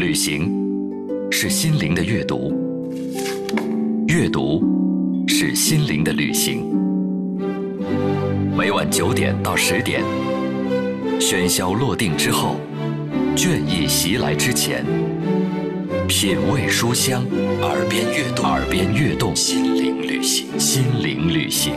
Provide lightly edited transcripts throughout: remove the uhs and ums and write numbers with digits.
旅行是心灵的阅读，阅读是心灵的旅行。每晚9点到10点，喧嚣落定之后，倦意袭来之前，品味书香，耳边跃动，心灵旅行，心灵旅行。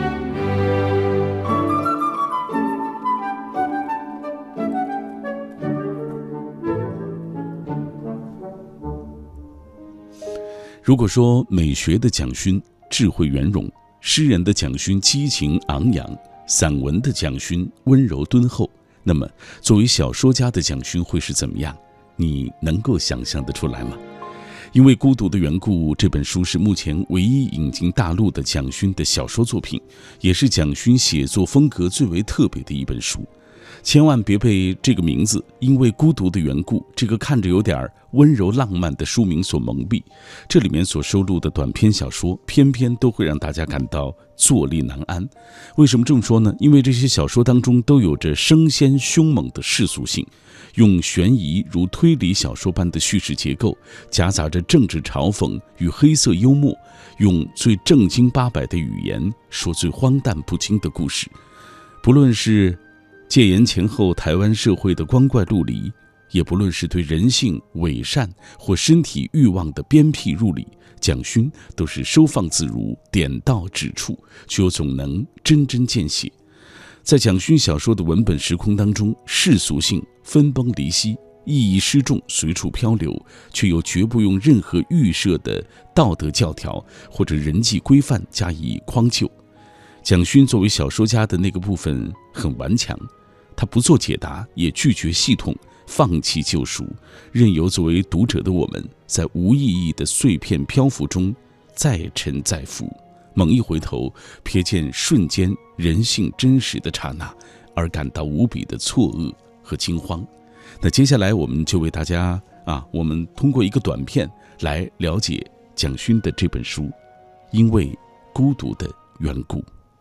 如果说美学的蒋勋智慧圆融，诗人的蒋勋激情昂扬，散文的蒋勋温柔敦厚，那么作为小说家的蒋勋会是怎么样？你能够想象得出来吗？因为孤独的缘故，这本书是目前唯一引进大陆的蒋勋的小说作品，也是蒋勋写作风格最为特别的一本书。千万别被这个名字因为孤独的缘故，这个看着有点温柔浪漫的书名所蒙蔽。这里面所收录的短篇小说偏偏都会让大家感到坐立难安。为什么这么说呢？因为这些小说当中都有着生鲜凶猛的世俗性，用悬疑如推理小说般的叙事结构，夹杂着政治嘲讽与黑色幽默，用最正经八百的语言说最荒诞不经的故事。不论是戒严前后台湾社会的光怪陆离，也不论是对人性伪善或身体欲望的鞭辟入里，蒋勋都是收放自如，点到指处，却又总能针针见血。在蒋勋小说的文本时空当中，世俗性分崩离析，意义失重，随处漂流，却又绝不用任何预设的道德教条或者人际规范加以匡救。蒋勋作为小说家的那个部分很顽强，他不做解答，也拒绝系统，放弃救赎，任由作为读者的我们在无意义的碎片漂浮中再沉再浮，猛一回头瞥见瞬间人性真实的刹那，而感到无比的错愕和惊慌。那接下来我们就为大家我们通过一个短片来了解蒋勋的这本书《因为孤独的缘故》。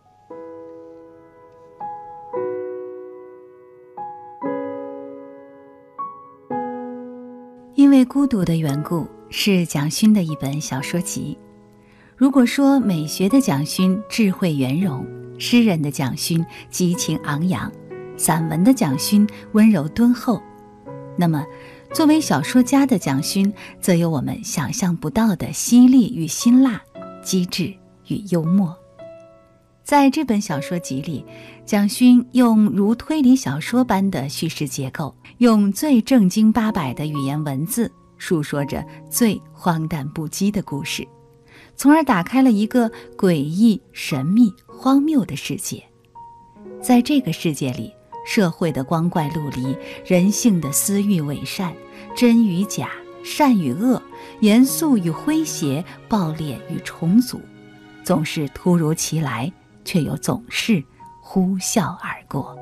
因为孤独的缘故是蒋勋的一本小说集。如果说美学的蒋勋智慧圆融，诗人的蒋勋激情昂扬，散文的蒋勋温柔敦厚，那么作为小说家的蒋勋则有我们想象不到的犀利与辛辣，机智与幽默。在这本小说集里，蒋勋用如推理小说般的叙事结构，用最正经八百的语言文字，述说着最荒诞不羁的故事，从而打开了一个诡异、神秘、荒谬的世界。在这个世界里，社会的光怪陆离，人性的私欲伪善，真与假，善与恶，严肃与诙谐，暴烈与重组，总是突如其来，却又总是呼啸而过。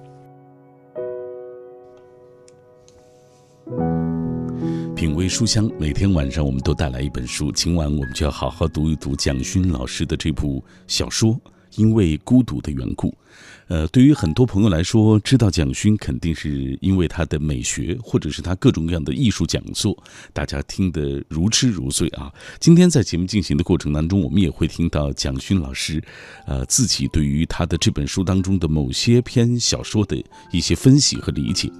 品味书香，每天晚上我们都带来一本书，今晚我们就要好好读一读蒋勋老师的这部小说《因为孤独的缘故》。对于很多朋友来说，知道蒋勋肯定是因为他的美学，或者是他各种各样的艺术讲座，大家听得如痴如醉啊。今天在节目进行的过程当中，我们也会听到蒋勋老师自己对于他的这本书当中的某些篇小说的一些分析和理解。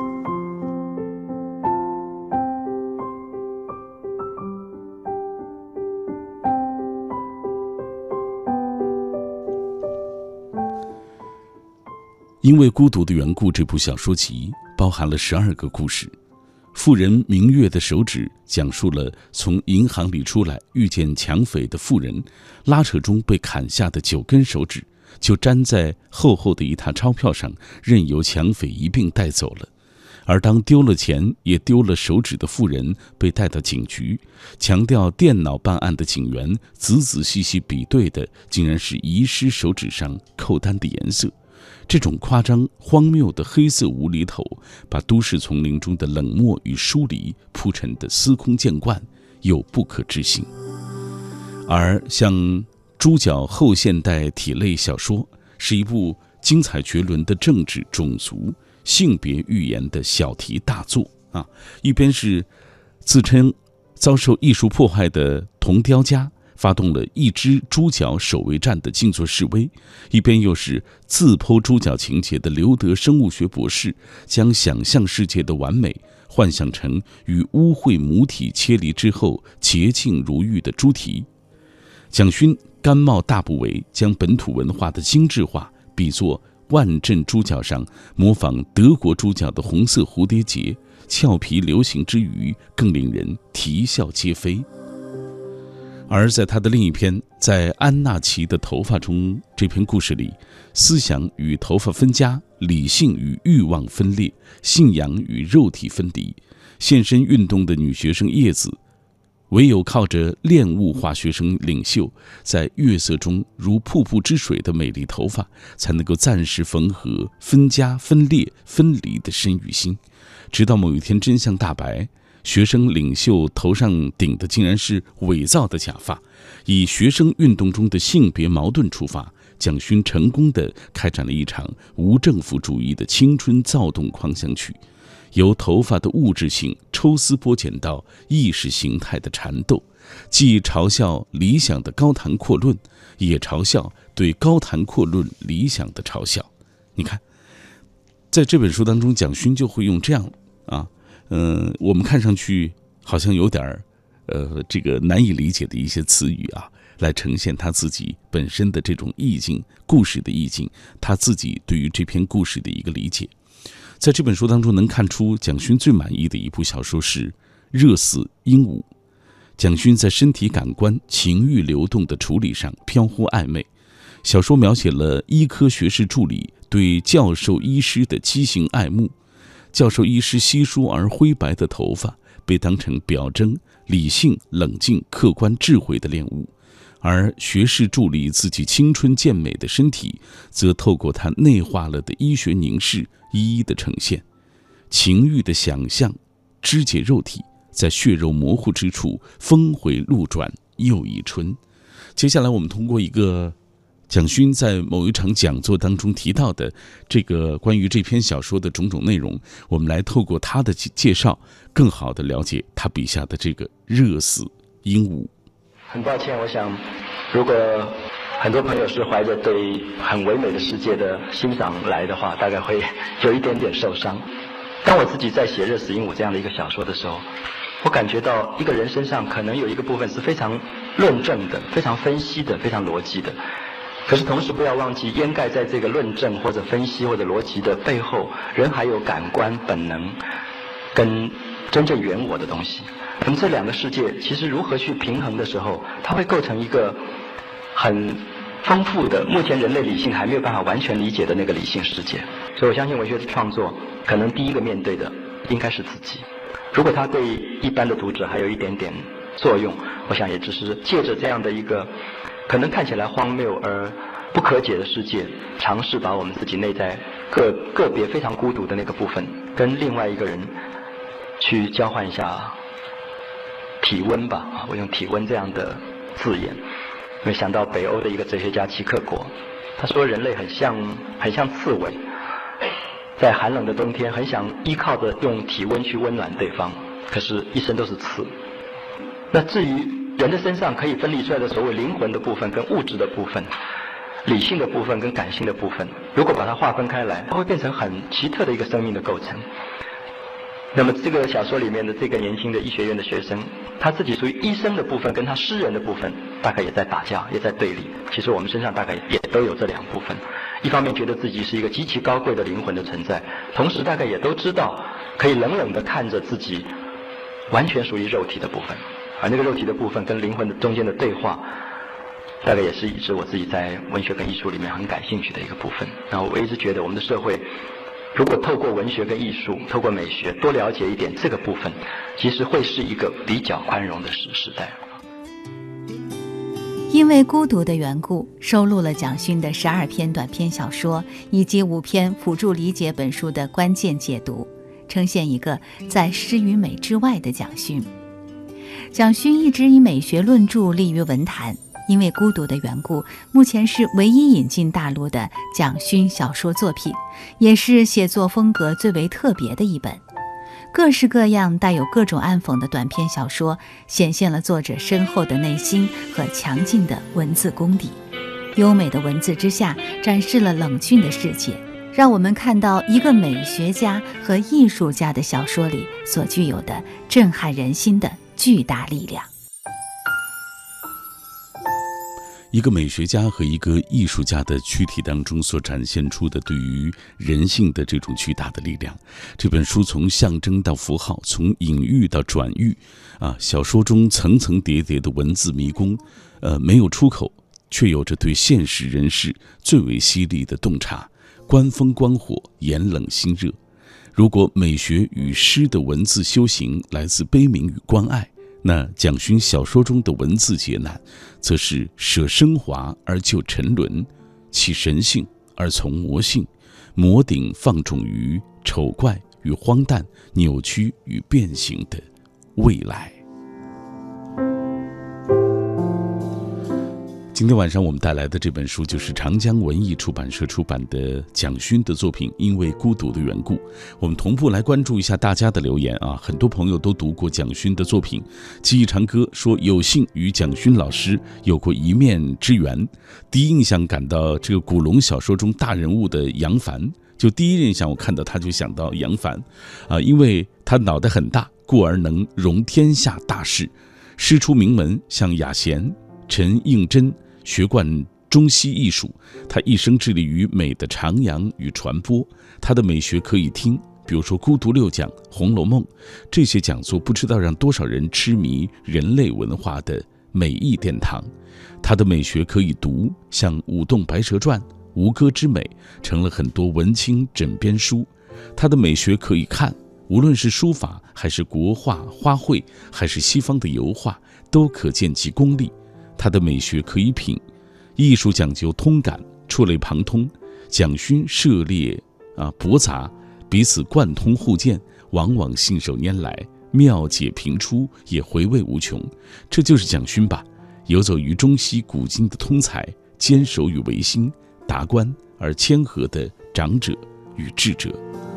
因为孤独的缘故，这部小说集包含了12个故事。妇人明月的手指讲述了从银行里出来遇见抢匪的妇人，拉扯中被砍下的9根手指就粘在厚厚的一沓钞票上，任由抢匪一并带走了。而当丢了钱也丢了手指的妇人被带到警局，强调电脑办案的警员仔仔细细比对的竟然是遗失手指上扣单的颜色。这种夸张荒谬的黑色无厘头，把都市丛林中的冷漠与疏离铺陈得司空见惯又不可置信。而像猪脚后现代体类小说，是一部精彩绝伦的政治、种族、性别寓言的小题大做， 一边是自称遭受艺术破坏的铜雕家发动了一只猪脚守卫战的静坐示威，一边又是自剖猪脚情节的刘德生物学博士将想象世界的完美幻想成与污秽母体切离之后洁净如玉的猪蹄。蒋勋甘冒大不韪，将本土文化的精致化比作万镇猪脚上模仿德国猪脚的红色蝴蝶结，俏皮流行之余，更令人啼笑皆非。而在他的另一篇《在安纳奇的头发中》这篇故事里，思想与头发分家，理性与欲望分裂，信仰与肉体分离，献身运动的女学生叶子，唯有靠着恋物化学生领袖在月色中如瀑布之水的美丽头发，才能够暂时缝合分家分裂分离的身与心。直到某一天真相大白，学生领袖头上顶的竟然是伪造的假发。以学生运动中的性别矛盾出发，蒋勋成功地开展了一场无政府主义的青春躁动狂想曲，由头发的物质性抽丝剥茧到意识形态的缠斗，既嘲笑理想的高谈阔论，也嘲笑对高谈阔论理想的嘲笑。你看，在这本书当中，蒋勋就会用这样我们看上去好像有点这个难以理解的一些词语来呈现他自己本身的这种意境，故事的意境，他自己对于这篇故事的一个理解。在这本书当中能看出蒋勋最满意的一部小说是《热死鹦鹉》。蒋勋在身体感官、情欲流动的处理上飘忽暧昧。小说描写了医科学士助理对教授医师的畸形爱慕。教授医师稀疏而灰白的头发被当成表征理性、冷静、客观、智慧的恋物，而学士助理自己青春健美的身体则透过他内化了的医学凝视一一的呈现。情欲的想象肢解肉体，在血肉模糊之处峰回路转又一春。接下来我们通过一个蒋勋在某一场讲座当中提到的这个关于这篇小说的种种内容，我们来透过他的介绍更好地了解他笔下的这个热死鹦鹉。 很抱歉，我想如果很多朋友是怀着对很唯美的世界的欣赏来的话，大概会有一点点受伤。当我自己在写《热死鹦鹉》这样的一个小说的时候，我感觉到一个人身上可能有一个部分是非常论证的、非常分析的、非常逻辑的，可是同时不要忘记，掩盖在这个论证或者分析或者逻辑的背后，人还有感官本能跟真正原我的东西。那么这两个世界其实如何去平衡的时候，它会构成一个很丰富的，目前人类理性还没有办法完全理解的那个理性世界。所以我相信文学的创作可能第一个面对的应该是自己。如果它对一般的读者还有一点点作用，我想也只是借着这样的一个可能看起来荒谬而不可解的世界，尝试把我们自己内在个别非常孤独的那个部分跟另外一个人去交换一下体温吧。我用体温这样的字眼，因为想到北欧的一个哲学家齐克果，他说人类很像刺猬，在寒冷的冬天很想依靠着用体温去温暖对方，可是一身都是刺。那至于人的身上可以分离出来的所谓灵魂的部分跟物质的部分，理性的部分跟感性的部分，如果把它划分开来，它会变成很奇特的一个生命的构成。那么这个小说里面的这个年轻的医学院的学生，他自己属于医生的部分跟他诗人的部分大概也在打架，也在对立。其实我们身上大概也都有这两部分，一方面觉得自己是一个极其高贵的灵魂的存在，同时大概也都知道可以冷冷地看着自己完全属于肉体的部分，而那个肉体的部分跟灵魂的中间的对话，大概也是一直我自己在文学跟艺术里面很感兴趣的一个部分。然后我一直觉得我们的社会如果透过文学跟艺术，透过美学多了解一点这个部分，其实会是一个比较宽容的时代。 因为孤独的缘故，收录了蒋勋的12篇短篇小说以及5篇辅助理解本书的关键解读，呈现一个在诗与美之外的蒋勋。蒋勋一直以美学论著立于文坛，因为孤独的缘故，目前是唯一引进大陆的蒋勋小说作品，也是写作风格最为特别的一本。 各式各样带有各种暗讽的短篇小说，显现了作者深厚的内心和强劲的文字功底。优美的文字之下，展示了冷峻的世界，让我们看到一个美学家和艺术家的小说里所具有的震撼人心的巨大力量。 一个美学家和一个艺术家的躯体当中所展现出的对于人性的这种巨大的力量。这本书从象征到符号，从隐喻到转喻，小说中层层叠叠的文字迷宫，没有出口，却有着对现实人事最为犀利的洞察，观风观火，眼冷心热。如果美学与诗的文字修行来自悲悯与关爱，那蒋勋小说中的文字劫难，则是舍升华而就沉沦，弃神性而从魔性，魔顶放种于丑怪与荒诞、扭曲与变形的未来。今天晚上我们带来的这本书就是长江文艺出版社出版的蒋勋的作品《因为孤独的缘故》。我们同步来关注一下大家的留言啊，很多朋友都读过蒋勋的作品。记忆长歌说有幸与蒋勋老师有过一面之缘，第一印象感到这个古龙小说中大人物的杨凡，就第一印象我看到他就想到杨凡因为他脑袋很大，故而能容天下大事，师出名门，像雅贤、陈应真学贯中西艺术，他一生致力于美的徜徉与传播。他的美学可以听，比如说孤独六讲、红楼梦，这些讲座不知道让多少人痴迷人类文化的美意殿堂。他的美学可以读，像舞动白蛇传、吴歌之美，成了很多文青枕边书。他的美学可以看，无论是书法还是国画、花卉，还是西方的油画，都可见其功力。他的美学可以品，艺术讲究通感，触类旁通。蒋勋涉猎博杂，彼此贯通互鉴，往往信手拈来，妙解频出，也回味无穷。这就是蒋勋吧，游走于中西古今的通才，坚守于维新，达观而谦和的长者与智者。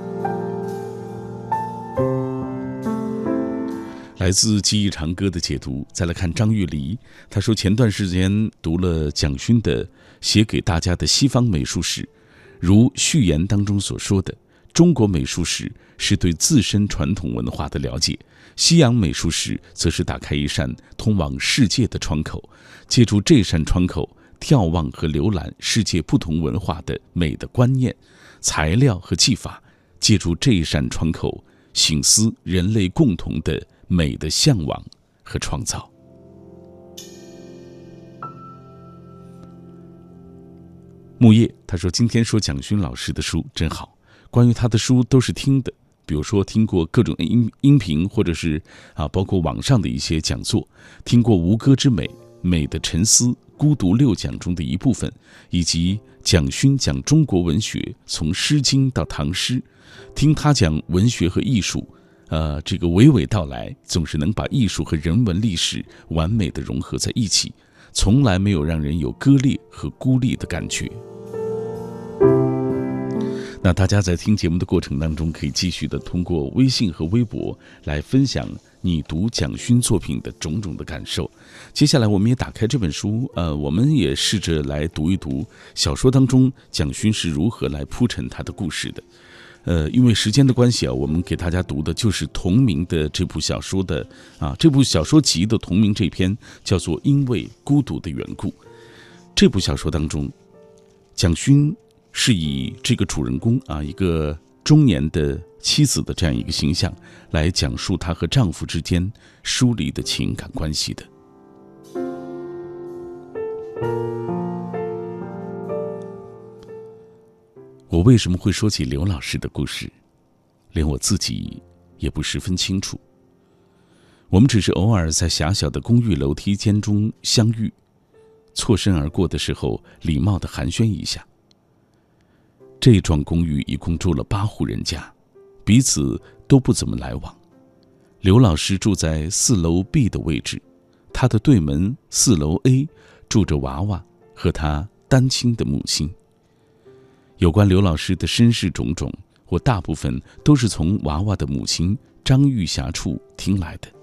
来自记忆长歌的解读。再来看张玉黎，他说前段时间读了蒋勋的写给大家的西方美术史，如序言当中所说的，中国美术史是对自身传统文化的了解，西洋美术史则是打开一扇通往世界的窗口，借助这扇窗口眺望和浏览世界不同文化的美的观念、材料和技法，借助这一扇窗口省思人类共同的美的向往和创造。木叶他说今天说蒋勋老师的书真好，关于他的书都是听的，比如说听过各种音频，或者是包括网上的一些讲座，听过吴歌之美、美的沉思、孤独六讲中的一部分，以及蒋勋讲中国文学从诗经到唐诗，听他讲文学和艺术这个娓娓道来，总是能把艺术和人文历史完美的融合在一起，从来没有让人有割裂和孤立的感觉。那大家在听节目的过程当中，可以继续的通过微信和微博来分享你读蒋勋作品的种种的感受。接下来我们也打开这本书，我们也试着来读一读小说当中蒋勋是如何来铺陈他的故事的。因为时间的关系我们给大家读的就是同名的这部小说的这部小说集的同名这篇，叫做《因为孤独的缘故》。这部小说当中，蒋勋是以这个主人公一个中年的妻子的这样一个形象来讲述她和丈夫之间疏离的情感关系的。我为什么会说起刘老师的故事，连我自己也不十分清楚。我们只是偶尔在狭小的公寓楼梯间中相遇，错身而过的时候礼貌地寒暄一下。这幢公寓一共住了8户人家，彼此都不怎么来往。刘老师住在4楼 B 的位置，他的对门4楼 A 住着娃娃和他单亲的母亲。有关刘老师的身世种种，我大部分都是从娃娃的母亲张玉霞处听来的。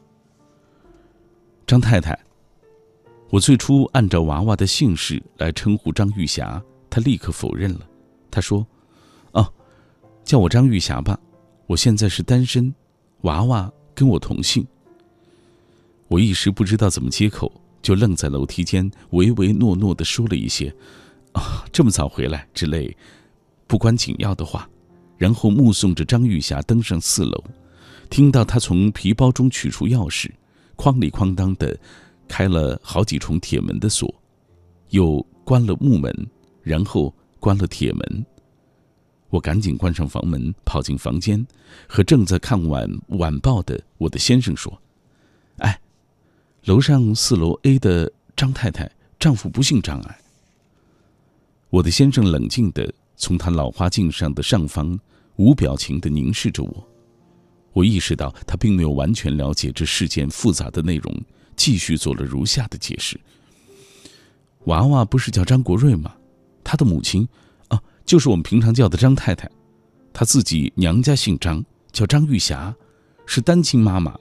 张太太，我最初按照娃娃的姓氏来称呼张玉霞，她立刻否认了。她说：“哦，叫我张玉霞吧，我现在是单身，娃娃跟我同姓。”我一时不知道怎么接口，就愣在楼梯间，唯唯诺诺地说了一些“这么早回来”之类不关紧要的话，然后目送着张玉霞登上4楼，听到她从皮包中取出钥匙，哐里哐当地开了好几重铁门的锁，又关了木门，然后关了铁门。我赶紧关上房门，跑进房间，和正在看晚报的我的先生说：“哎，楼上4楼 A 的张太太丈夫不幸张癌。”我的先生冷静地从他老花镜上的上方无表情地凝视着我。我意识到他并没有完全了解这事件复杂的内容，继续做了如下的解释：娃娃不是叫张国瑞吗？他的母亲就是我们平常叫的张太太，她自己娘家姓张，叫张玉霞，是单亲妈妈。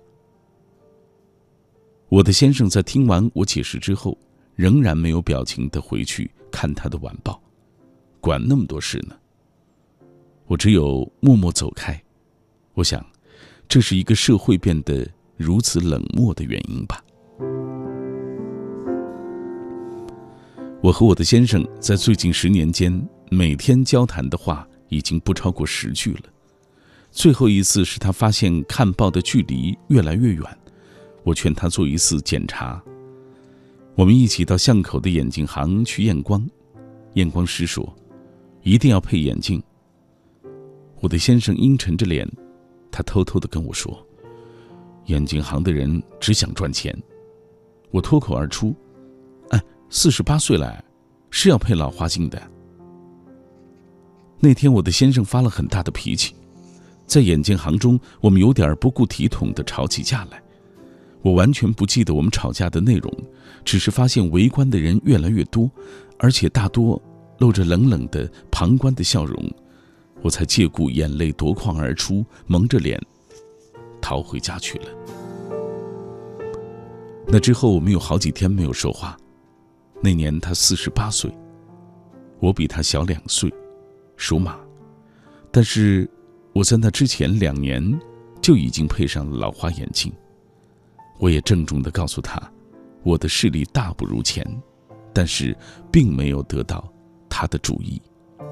我的先生在听完我解释之后，仍然没有表情地回去看他的晚报，管那么多事呢。我只有默默走开。我想，这是一个社会变得如此冷漠的原因吧。我和我的先生在最近10年间，每天交谈的话已经不超过10句了。最后一次是他发现看报的距离越来越远，我劝他做一次检查。我们一起到巷口的眼镜行去验光，验光师说一定要配眼镜。我的先生阴沉着脸，他偷偷地跟我说，眼镜行的人只想赚钱。我脱口而出，48岁了，是要配老花镜的。那天我的先生发了很大的脾气，在眼镜行中我们有点不顾体统地吵起架来。我完全不记得我们吵架的内容，只是发现围观的人越来越多，而且大多露着冷冷的旁观的笑容，我才借故眼泪夺眶而出，蒙着脸逃回家去了。那之后我们有好几天没有说话。那年他48岁，我比他小2岁，属马，但是我在那之前2年就已经配上了老花眼镜。我也郑重地告诉他，我的视力大不如前，但是并没有得到他的注意。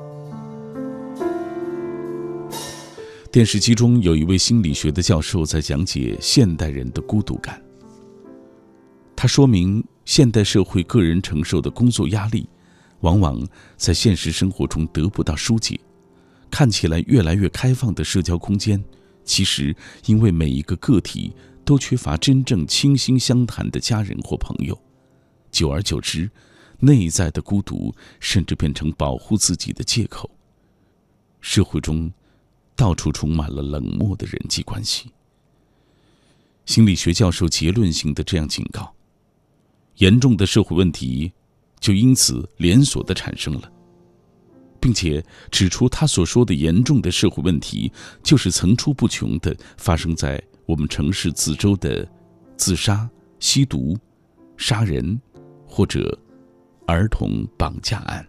电视机中有一位心理学的教授在讲解现代人的孤独感。他说明现代社会个人承受的工作压力，往往在现实生活中得不到疏解。看起来越来越开放的社交空间，其实因为每一个个体都缺乏真正倾心相谈的家人或朋友，久而久之，内在的孤独甚至变成保护自己的借口。社会中到处充满了冷漠的人际关系。心理学教授结论性的这样警告，严重的社会问题就因此连锁地产生了，并且指出他所说的严重的社会问题，就是层出不穷地发生在我们城市四周的自杀、吸毒、杀人或者儿童绑架案。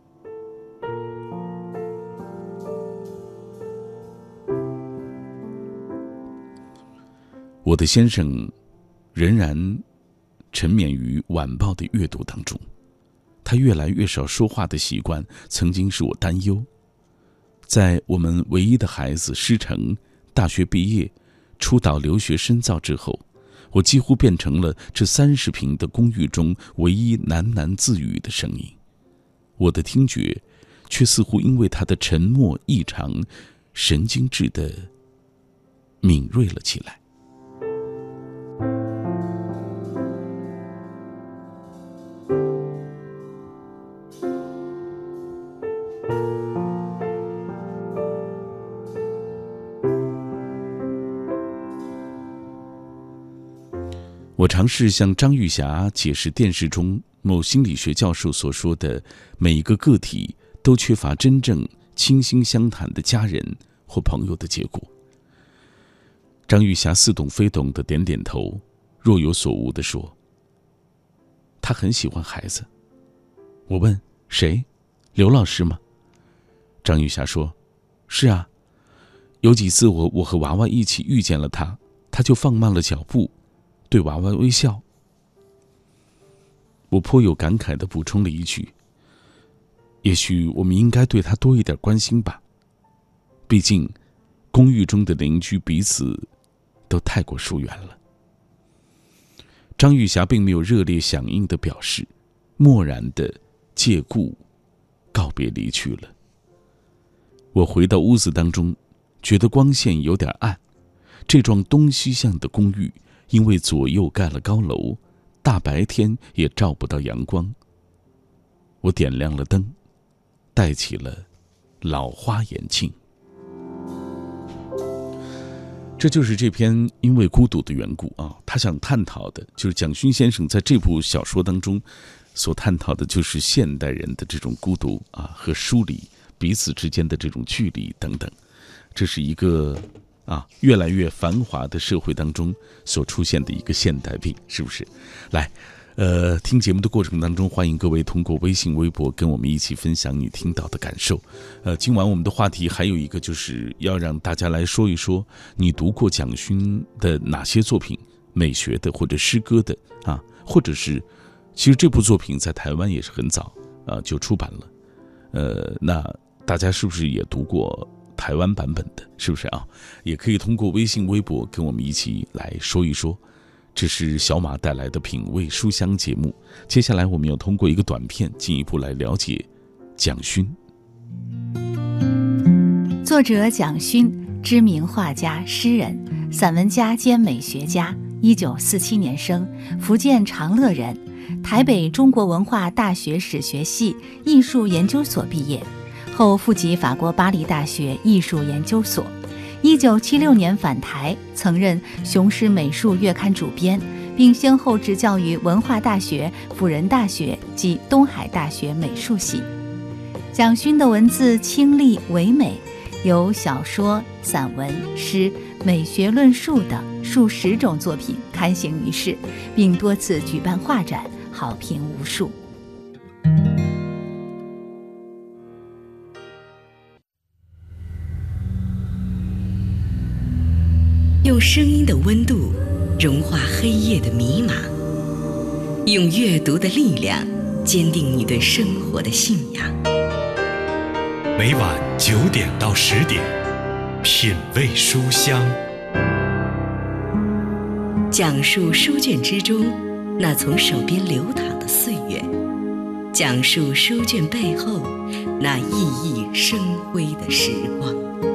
我的先生仍然沉湎于晚报的阅读当中，他越来越少说话的习惯曾经使我担忧。在我们唯一的孩子师承、大学毕业、出岛留学深造之后，我几乎变成了这30平的公寓中唯一喃喃自语的声音。我的听觉却似乎因为他的沉默异常，神经质地敏锐了起来。我尝试向张玉霞解释电视中某心理学教授所说的每一个个体都缺乏真正倾心相谈的家人或朋友的结果。 张玉霞似懂非懂的点点头，若有所悟地说：“他很喜欢孩子。”我问：“谁？刘老师吗？”张玉霞说：“是啊，有几次我和娃娃一起遇见了他，他就放慢了脚步，对娃娃微笑。”我颇有感慨地补充了一句：“也许我们应该对他多一点关心吧，毕竟公寓中的邻居彼此都太过疏远了。”张玉霞并没有热烈响应的表示，漠然地借故告别离去了。我回到屋子当中，觉得光线有点暗。这幢东西向的公寓因为左右盖了高楼，大白天也照不到阳光。我点亮了灯，戴起了老花眼镜。这就是这篇因为孤独的缘故啊，他想探讨的就是蒋勋先生在这部小说当中所探讨的就是现代人的这种孤独啊和疏离，彼此之间的这种距离等等。这是一个越来越繁华的社会当中所出现的一个现代病，是不是？来，听节目的过程当中，欢迎各位通过微信、微博跟我们一起分享你听到的感受。今晚我们的话题还有一个，就是要让大家来说一说你读过蒋勋的哪些作品，美学的或者诗歌的啊，或者是其实这部作品在台湾也是很早就出版了。那大家是不是也读过台湾版本的？是不是啊？也可以通过微信、微博跟我们一起来说一说。这是小马带来的品味书香节目，接下来我们要通过一个短片进一步来了解蒋勋。 作者蒋勋，知名画家、诗人、散文家兼美学家，1947年生，福建长乐人，台北中国文化大学史学系艺术研究所毕业，后复籍法国巴黎大学艺术研究所。1976年返台，曾任《雄狮美术月刊》主编，并先后执教于文化大学、辅仁大学及东海大学美术系。蒋勋的文字清丽唯美，有小说、散文、诗、美学论述等数十种作品刊行于世，并多次举办画展，好评无数。 用声音的温度融化黑夜的迷茫，用阅读的力量坚定你对生活的信仰。 每晚9点到10点，品味书香， 讲述书卷之中那从手边流淌的岁月，讲述书卷背后那熠熠生辉的时光。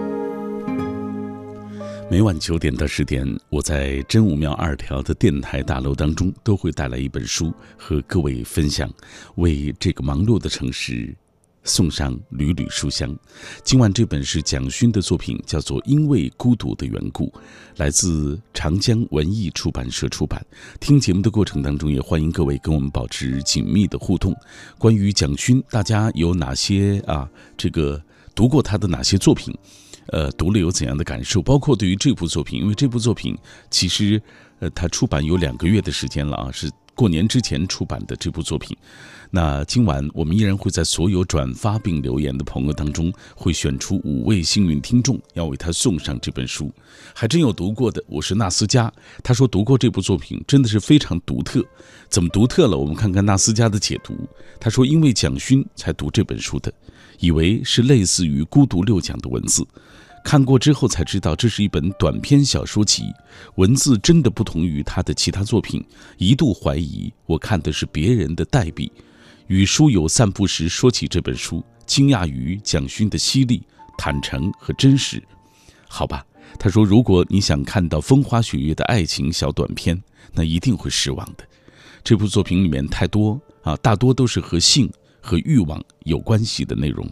每晚9点到10点，我在真武庙2条的电台大楼当中都会带来一本书和各位分享，为这个忙碌的城市送上缕缕书香。今晚这本是蒋勋的作品，叫做《因为孤独的缘故》，来自长江文艺出版社出版。听节目的过程当中，也欢迎各位跟我们保持紧密的互动。关于蒋勋，大家有哪些读过他的哪些作品？读了有怎样的感受？包括对于这部作品，因为这部作品其实它出版有2个月的时间了啊，是过年之前出版的这部作品。那今晚我们依然会在所有转发并留言的朋友当中，会选出5位幸运听众，要为他送上这本书。还真有读过的，我是纳斯加，他说读过这部作品，真的是非常独特。怎么独特了？我们看看纳斯加的解读。他说因为蒋勋才读这本书的，以为是类似于《孤独6讲》的文字，看过之后才知道这是一本短篇小说集，文字真的不同于他的其他作品，一度怀疑我看的是别人的代笔。与书友散步时说起这本书，惊讶于蒋勋的犀利、坦诚和真实。好吧，他说如果你想看到风花雪月的爱情小短篇，那一定会失望的。这部作品里面太多大多都是和性和欲望有关系的内容。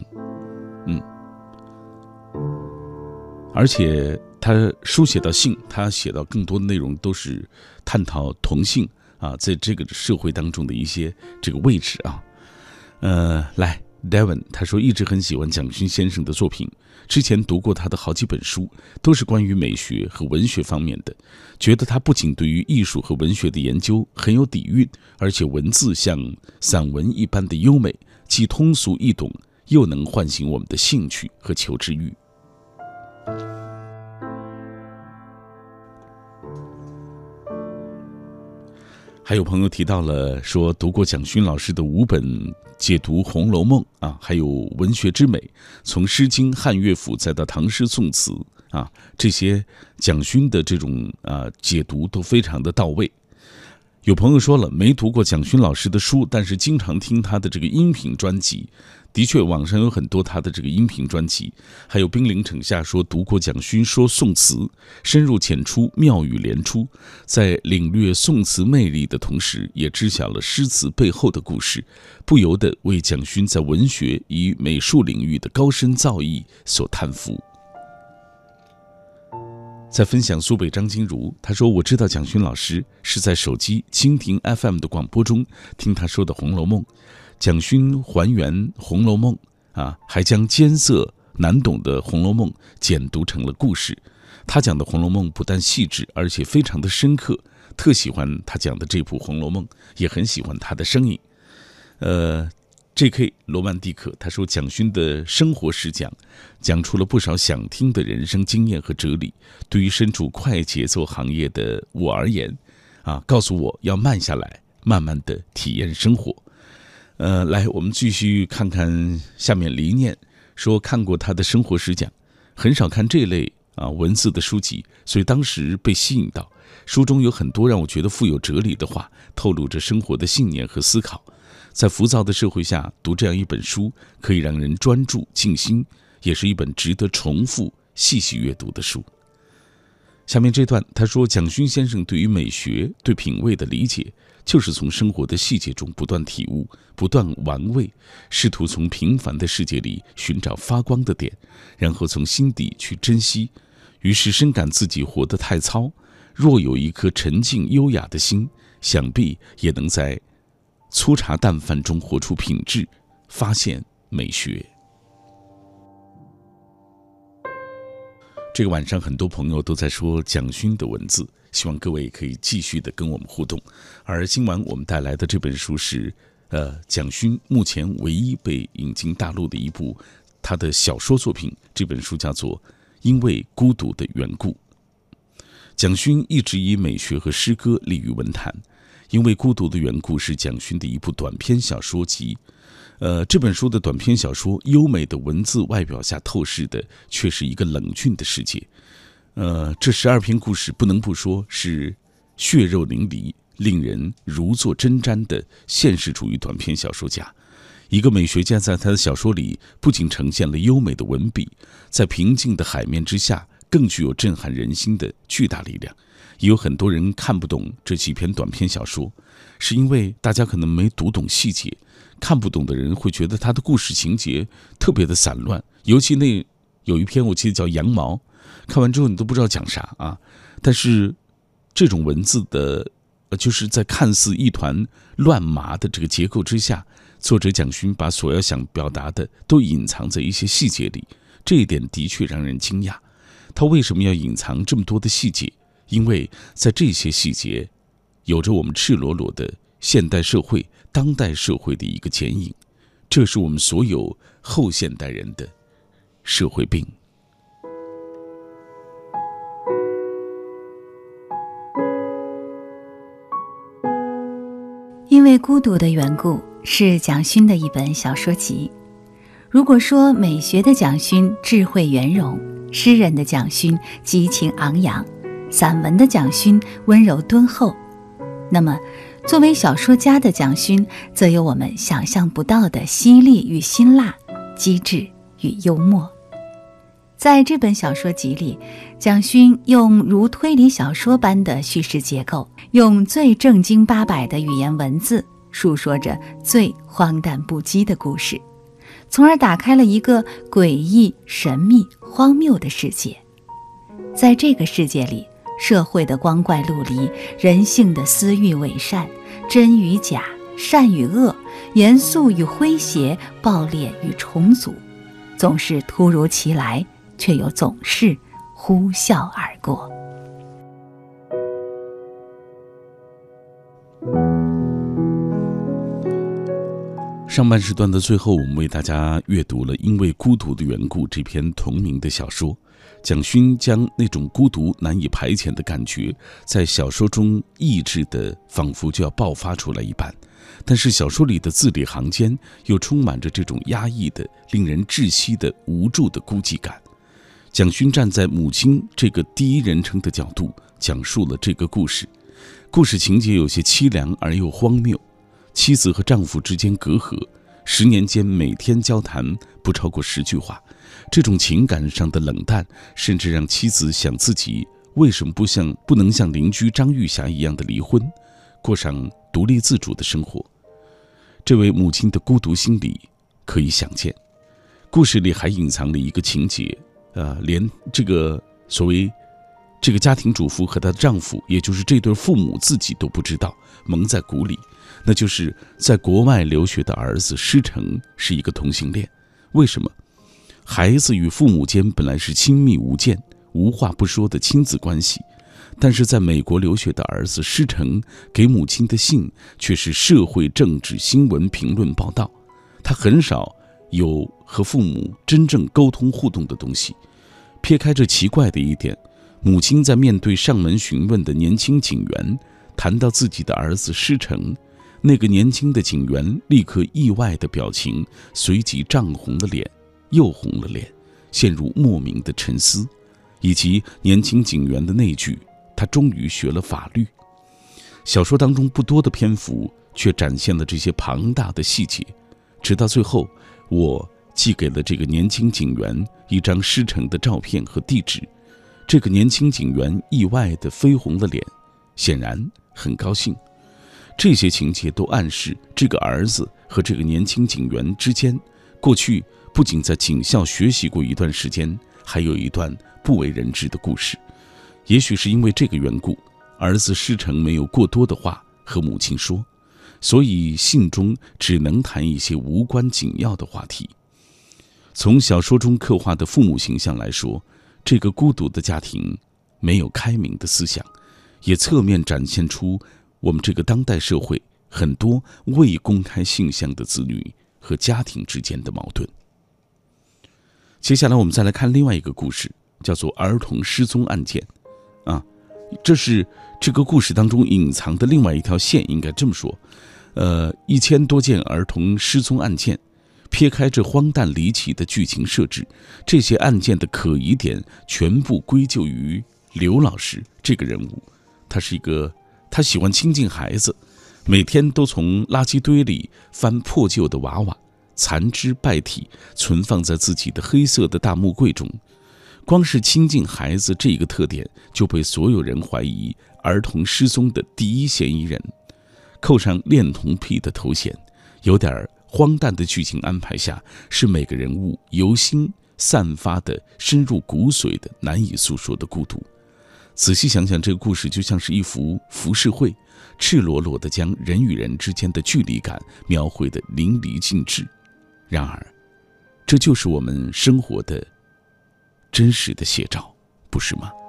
而且他书写到性，他写到更多的内容都是探讨同性在这个社会当中的一些这个位置啊。来， Devon 他说一直很喜欢蒋勋先生的作品，之前读过他的好几本书，都是关于美学和文学方面的，觉得他不仅对于艺术和文学的研究很有底蕴，而且文字像散文一般的优美，既通俗易懂，又能唤醒我们的兴趣和求知欲。还有朋友提到了说读过蒋勋老师的5本解读《红楼梦》啊，还有文学之美，从《诗经》汉乐府再到唐诗宋词啊，这些蒋勋的这种解读都非常的到位。有朋友说了没读过蒋勋老师的书，但是经常听他的这个音频专辑。的确网上有很多他的这个音频专辑。还有兵临城下说读过蒋勋说宋词，深入浅出，妙语连出，在领略宋词魅力的同时，也知晓了诗词背后的故事，不由得为蒋勋在文学与美术领域的高深造诣所叹服。在分享苏北张金如，他说我知道蒋勋老师是在手机蜻蜓 FM 的广播中听他说的《红楼梦》，蒋勋还原《红楼梦》还将艰涩难懂的《红楼梦》简读成了故事。他讲的《红楼梦》不但细致，而且非常的深刻，特喜欢他讲的这部《红楼梦》，也很喜欢他的声音。J.K. 罗曼蒂克他说蒋勋的生活实讲讲出了不少想听的人生经验和哲理，对于身处快节奏行业的我而言告诉我要慢下来，慢慢的体验生活。来我们继续看看下面黎念说看过他的生活实讲，很少看这类文字的书籍，所以当时被吸引到，书中有很多让我觉得富有哲理的话，透露着生活的信念和思考。在浮躁的社会下读这样一本书，可以让人专注静心，也是一本值得重复细细阅读的书。下面这段他说蒋勋先生对于美学对品味的理解，就是从生活的细节中不断体悟，不断玩味，试图从平凡的世界里寻找发光的点，然后从心底去珍惜。于是深感自己活得太糙，若有一颗沉静优雅的心，想必也能在粗茶淡饭中活出品质，发现美学。这个晚上很多朋友都在说蒋勋的文字，希望各位可以继续的跟我们互动。而今晚我们带来的这本书是蒋勋目前唯一被引进大陆的一部他的小说作品，这本书叫做《因为孤独的缘故》。蒋勋一直以美学和诗歌立于文坛，因为孤独的缘故是蒋勋的一部短篇小说集。这本书的短篇小说优美的文字外表下透视的却是一个冷峻的世界。这12篇故事不能不说是血肉淋漓，令人如坐针毡的现实主义短篇小说家。一个美学家在他的小说里不仅呈现了优美的文笔，在平静的海面之下更具有震撼人心的巨大力量。也有很多人看不懂这几篇短篇小说，是因为大家可能没读懂细节，看不懂的人会觉得他的故事情节特别的散乱，尤其有一篇我记得叫《羊毛》，看完之后你都不知道讲啥但是这种文字的就是在看似一团乱麻的这个结构之下，作者蒋勋把所要想表达的都隐藏在一些细节里，这一点的确让人惊讶。他为什么要隐藏这么多的细节？因为在这些细节有着我们赤裸裸的现代社会、当代社会的一个剪影，这是我们所有后现代人的社会病。 因为孤独的缘故是蒋勋的一本小说集。如果说美学的蒋勋智慧圆融，诗人的蒋勋激情昂扬，散文的蒋勋温柔敦厚，那么作为小说家的蒋勋则有我们想象不到的犀利与辛辣，机智与幽默。在这本小说集里，蒋勋用如推理小说般的叙事结构，用最正经八百的语言文字述说着最荒诞不羁的故事，从而打开了一个诡异、神秘、荒谬的世界。在这个世界里，社会的光怪陆离，人性的私欲伪善，真与假， 善与恶，严肃与诙谐，暴烈与重组，总是突如其来，却又总是呼啸而过。 上半时段的最后，我们为大家阅读了《因为孤独的缘故》这篇同名的小说。蒋勋将那种孤独难以排遣的感觉在小说中抑制的仿佛就要爆发出来一般，但是小说里的字里行间又充满着这种压抑的令人窒息的无助的孤寂感。蒋勋站在母亲这个第一人称的角度讲述了这个故事，故事情节有些凄凉而又荒谬。妻子和丈夫之间隔阂，10年间每天交谈不超过10句话，这种情感上的冷淡，甚至让妻子想自己为什么不能像邻居张玉霞一样的离婚，过上独立自主的生活。这位母亲的孤独心理可以想见。故事里还隐藏了一个情节，连这个所谓这个家庭主妇和她的丈夫，也就是这对父母自己都不知道，蒙在鼓里，那就是在国外留学的儿子施成是一个同性恋。为什么？孩子与父母间本来是亲密无间、无话不说的亲子关系，但是在美国留学的儿子施成给母亲的信却是社会政治新闻评论报道，他很少有和父母真正沟通互动的东西。撇开这奇怪的一点，母亲在面对上门询问的年轻警员谈到自己的儿子施成，那个年轻的警员立刻意外的表情随即涨红了脸，又红了脸，陷入莫名的沉思，以及年轻警员的那句他终于学了法律。小说当中不多的篇幅却展现了这些庞大的细节，直到最后我寄给了这个年轻警员一张施成的照片和地址。这个年轻警员意外地绯红了脸，显然很高兴。这些情节都暗示这个儿子和这个年轻警员之间过去不仅在警校学习过一段时间，还有一段不为人知的故事。也许是因为这个缘故，儿子施成没有过多的话和母亲说，所以信中只能谈一些无关紧要的话题。从小说中刻画的父母形象来说，这个孤独的家庭没有开明的思想，也侧面展现出我们这个当代社会很多未公开性向的子女和家庭之间的矛盾。接下来我们再来看另外一个故事，叫做儿童失踪案件。这是这个故事当中隐藏的另外一条线，应该这么说。1000多件儿童失踪案件，撇开这荒诞离奇的剧情设置，这些案件的可疑点全部归咎于刘老师这个人物。他喜欢亲近孩子，每天都从垃圾堆里翻破旧的娃娃，残肢败体存放在自己的黑色的大木柜中。光是亲近孩子这个特点，就被所有人怀疑儿童失踪的第一嫌疑人。扣上恋童癖的头衔，有点荒诞的剧情安排下，是每个人物由心散发的深入骨髓的难以诉说的孤独。仔细想想，这个故事就像是一幅浮世绘，赤裸裸地将人与人之间的距离感描绘得淋漓尽致。然而，这就是我们生活的真实的写照，不是吗？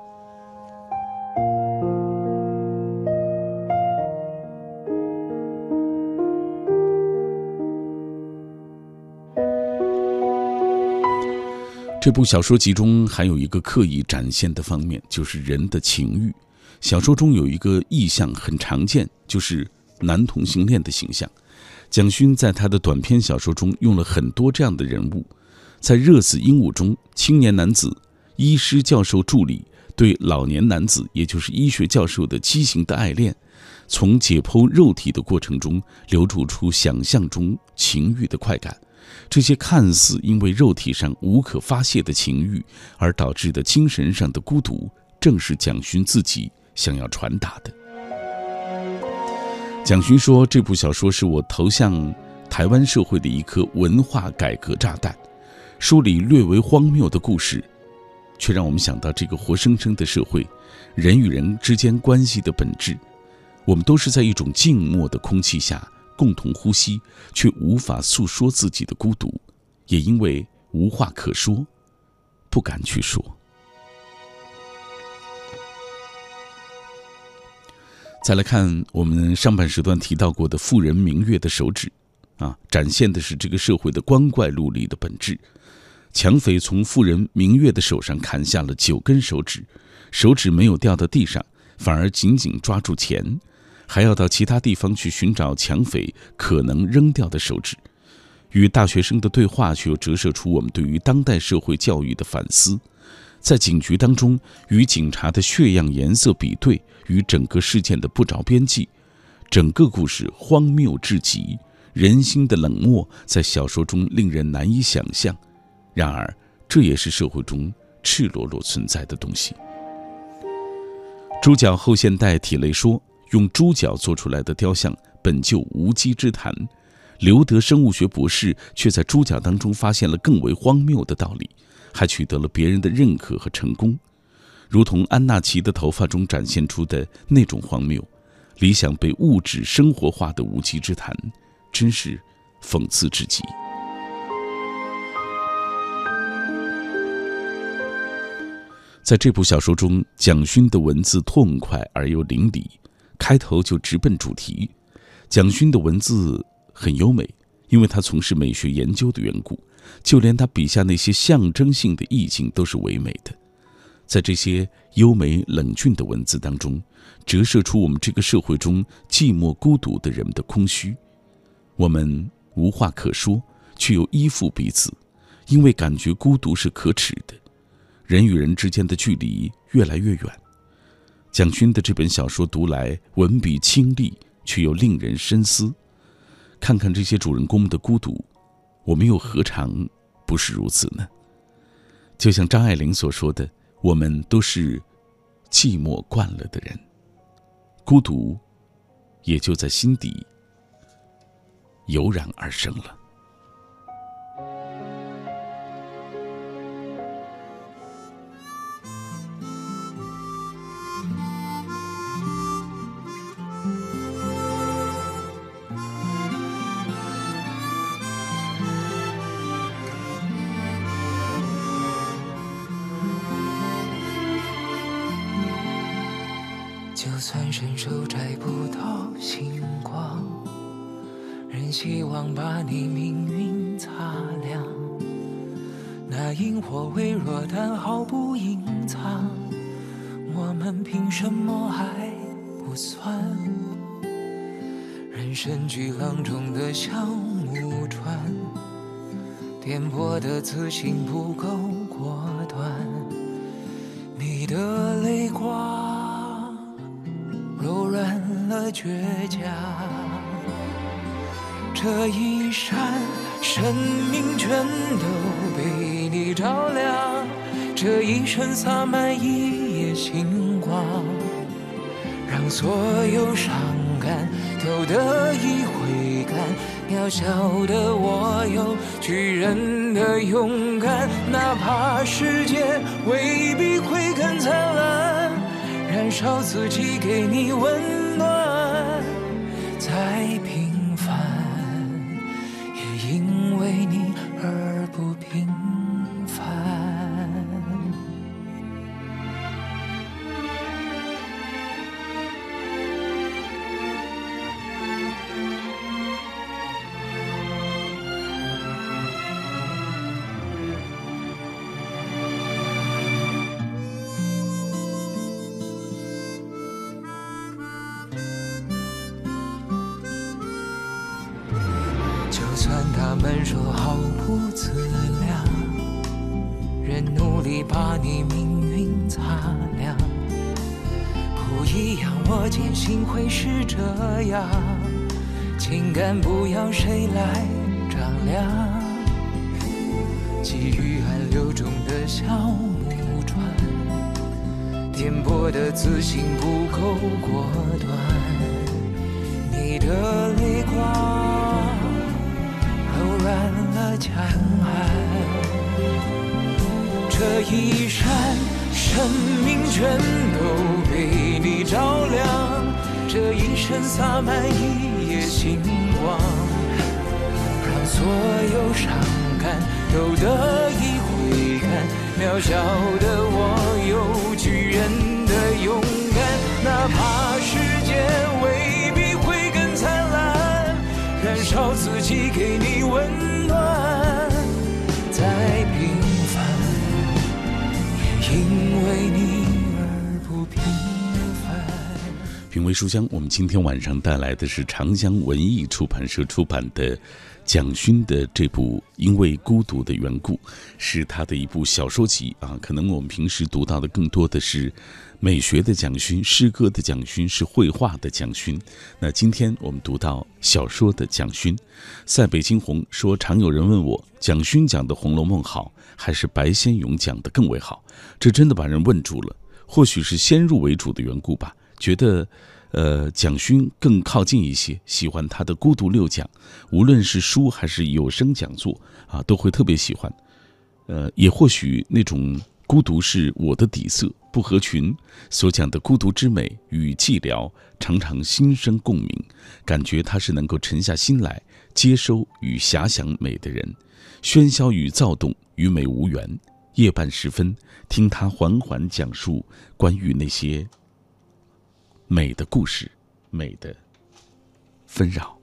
这部小说集中还有一个刻意展现的方面，就是人的情欲。小说中有一个意象很常见，就是男同性恋的形象。蒋勋在他的短篇小说中用了很多这样的人物。在《热死鹦鹉》中，青年男子医师教授助理对老年男子，也就是医学教授的畸形的爱恋，从解剖肉体的过程中流露出想象中情欲的快感。这些看似因为肉体上无可发泄的情欲而导致的精神上的孤独，正是蒋勋自己想要传达的。蒋勋说，这部小说是我投向台湾社会的一颗文化改革炸弹。书里略为荒谬的故事，却让我们想到这个活生生的社会，人与人之间关系的本质。我们都是在一种静默的空气下共同呼吸，却无法诉说自己的孤独，也因为无话可说，不敢去说。再来看我们上半时段提到过的妇人明月的手指，展现的是这个社会的光怪陆离的本质。抢匪从妇人明月的手上砍下了9根手指，手指没有掉到地上，反而紧紧抓住钱，还要到其他地方去寻找抢匪可能扔掉的手指。与大学生的对话却又折射出我们对于当代社会教育的反思。在警局当中，与警察的血样颜色比对，与整个事件的不着边际，整个故事荒谬至极，人心的冷漠在小说中令人难以想象。然而，这也是社会中赤裸裸存在的东西。猪脚后现代体类说，用猪脚做出来的雕像本就无稽之谈，刘德生物学博士却在猪脚当中发现了更为荒谬的道理，还取得了别人的认可和成功。如同安纳奇的头发中展现出的那种荒谬，理想被物质生活化的无稽之谈，真是讽刺至极。在这部小说中，蒋勋的文字痛快而又淋漓，开头就直奔主题。蒋勋的文字很优美，因为他从事美学研究的缘故，就连他笔下那些象征性的意境都是唯美的。在这些优美冷峻的文字当中，折射出我们这个社会中寂寞孤独的人们的空虚。我们无话可说，却又依附彼此，因为感觉孤独是可耻的，人与人之间的距离越来越远。蒋勋的这本小说读来文笔清丽，却又令人深思。看看这些主人公们的孤独，我们又何尝不是如此呢？就像张爱玲所说的，我们都是寂寞惯了的人，孤独也就在心底油然而生了。 就算伸手摘不到星光，仍希望把你命运擦亮。那萤火微弱但毫不隐藏，我们凭什么还不算？人生巨浪中的小木船，颠簸的自信不够果断。你的泪光柔软了倔强，这一闪生命全都被你照亮，这一生洒满一夜星光，让所有伤感都得以挥干。渺小的我有巨人的勇敢，哪怕世界未必会更灿烂，燃烧自己给你温暖。再平凡也因为你而不平凡。就算他们说毫不自量，仍努力把你命运擦亮。不一样，我坚信会是这样，情感不要谁来丈量。给予暗流中的小木船，颠簸的自信不够果断。你的泪光柔软了强悍，这一闪生命全都被你照亮，这一生洒满一夜星光，让所有伤感都得以回甘。渺小的我有巨人的勇敢，哪怕世界未必会更灿烂，燃烧自己给你温暖。再平凡，也因为你而不平凡。 品味书香，我们今天晚上带来的是长江文艺出版社出版的蒋勋的这部《因为孤独的缘故》，是他的一部小说集啊。可能我们平时读到的更多的是美学的蒋勋，诗歌的蒋勋，是绘画的蒋勋。那今天我们读到小说的蒋勋。塞北惊鸿说，常有人问我，蒋勋讲的《红楼梦》好，还是白先勇讲的更为好？这真的把人问住了。或许是先入为主的缘故吧，觉得蒋勋更靠近一些，喜欢他的孤独六讲，无论是书还是有声讲座啊，都会特别喜欢。也或许那种孤独是我的底色，不合群，所讲的孤独之美与寂寥，常常心生共鸣，感觉他是能够沉下心来接收与遐想美的人。喧嚣与躁动与美无缘，夜半时分，听他缓缓讲述关于那些美的故事，美的纷扰。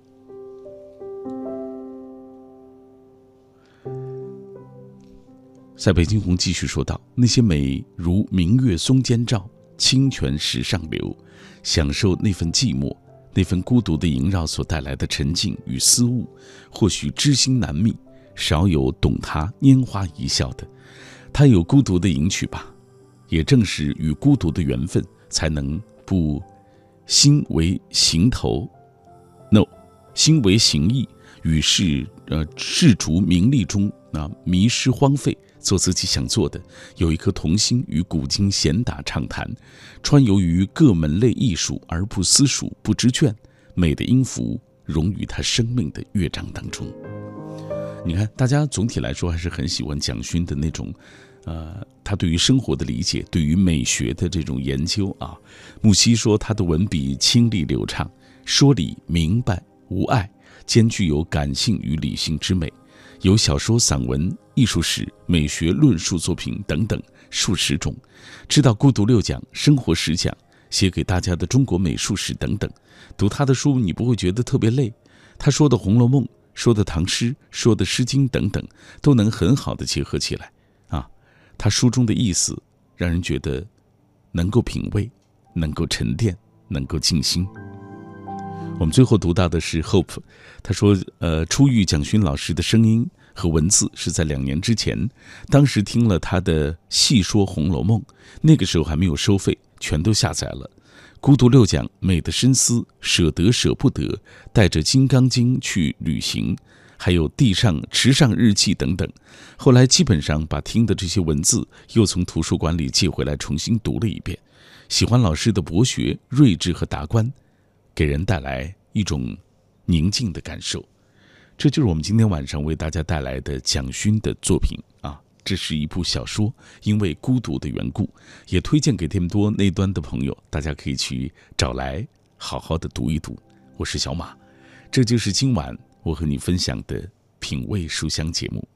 塞北惊鸿继续说道，那些美如明月松间照，清泉石上流，享受那份寂寞，那份孤独的萦绕所带来的沉静与思悟，或许知心难觅，少有懂他拈花一笑的。他有孤独的迎娶吧，也正是与孤独的缘分，才能不心为行头 ，no， 心为行义，与世俗名利中迷失荒废，做自己想做的，有一颗童心与古今闲打畅谈，穿游于各门类艺术而不思蜀，不知倦，美的音符融于他生命的乐章当中。你看，大家总体来说还是很喜欢蒋勋的那种他对于生活的理解，对于美学的这种研究啊。木西说他的文笔清丽流畅，说理明白无碍，兼具有感性与理性之美，有小说、散文、艺术史、美学论述作品等等数十种，知道孤独六讲、生活十讲，写给大家的中国美术史等等。读他的书你不会觉得特别累，他说的《红楼梦》，说的唐诗，说的诗经等等，都能很好的结合起来啊。他书中的意思让人觉得能够品味，能够沉淀，能够静心。我们最后读到的是 Hope， 他说初遇蒋勋老师的声音和文字是在2年之前，当时听了他的细说《红楼梦》，那个时候还没有收费，全都下载了。孤独六讲，美的深思，舍得舍不得，带着金刚经去旅行，还有池上日记等等。后来基本上把听的这些文字又从图书馆里借回来重新读了一遍。喜欢老师的博学、睿智和达观，给人带来一种宁静的感受。这就是我们今天晚上为大家带来的蒋勋的作品啊。这是一部小说，因为孤独的缘故，也推荐给这么多那端的朋友，大家可以去找来好好的读一读。我是小马，这就是今晚我和你分享的品味书香节目。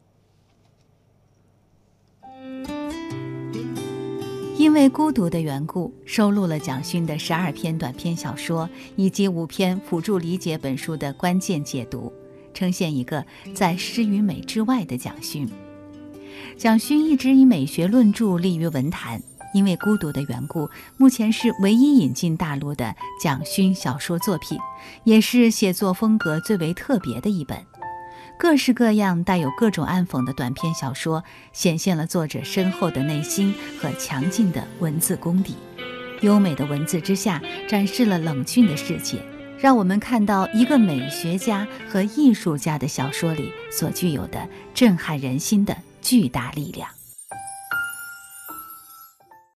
因为孤独的缘故，收录了蒋勋的12篇短篇小说以及5篇辅助理解本书的关键解读，呈现一个在诗与美之外的蒋勋。蒋勋一直以美学论著立于文坛，因为孤独的缘故，目前是唯一引进大陆的蒋勋小说作品，也是写作风格最为特别的一本。各式各样带有各种暗讽的短篇小说，显现了作者深厚的内心和强劲的文字功底。优美的文字之下，展示了冷峻的世界，让我们看到一个美学家和艺术家的小说里所具有的震撼人心的巨大力量。